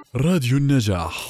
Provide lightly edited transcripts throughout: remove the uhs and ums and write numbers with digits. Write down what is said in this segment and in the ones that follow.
راديو النجاح.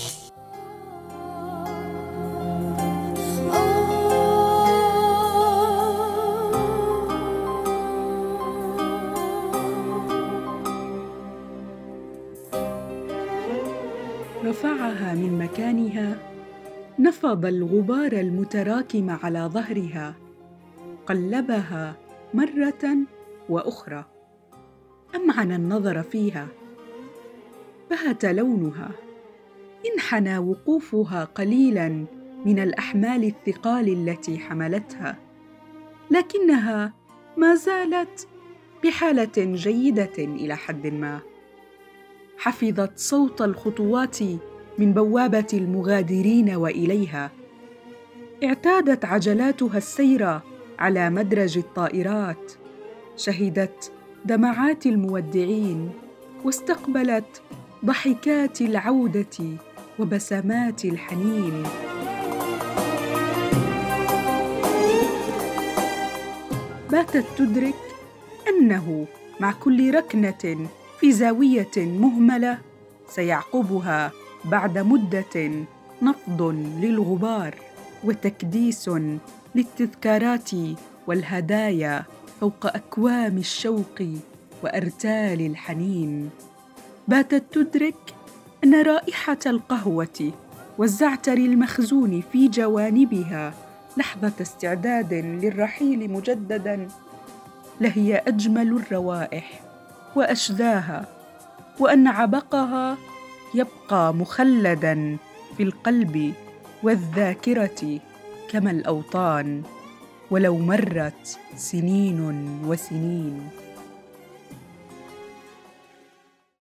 رفعها من مكانها، نفض الغبار المتراكم على ظهرها، قلبها مرة وأخرى، أمعن النظر فيها، بهت لونها، انحنى وقوفها قليلاً من الأحمال الثقال التي حملتها، لكنها ما زالت بحالة جيدة إلى حد ما. حفظت صوت الخطوات من بوابة المغادرين وإليها، اعتادت عجلاتها السير على مدرج الطائرات، شهدت دمعات المودعين، واستقبلت ضحكات العودة وبسمات الحنين. باتت تدرك أنه مع كل ركنة في زاوية مهملة سيعقبها بعد مدة نفض للغبار وتكديس للتذكارات والهدايا فوق أكوام الشوق وأرتال الحنين. باتت تدرك أن رائحة القهوة والزعتر المخزون في جوانبها لحظة استعداد للرحيل مجدداً لهي أجمل الروائح وأشذاها، وأن عبقها يبقى مخلداً في القلب والذاكرة كما الأوطان، ولو مرت سنين وسنين.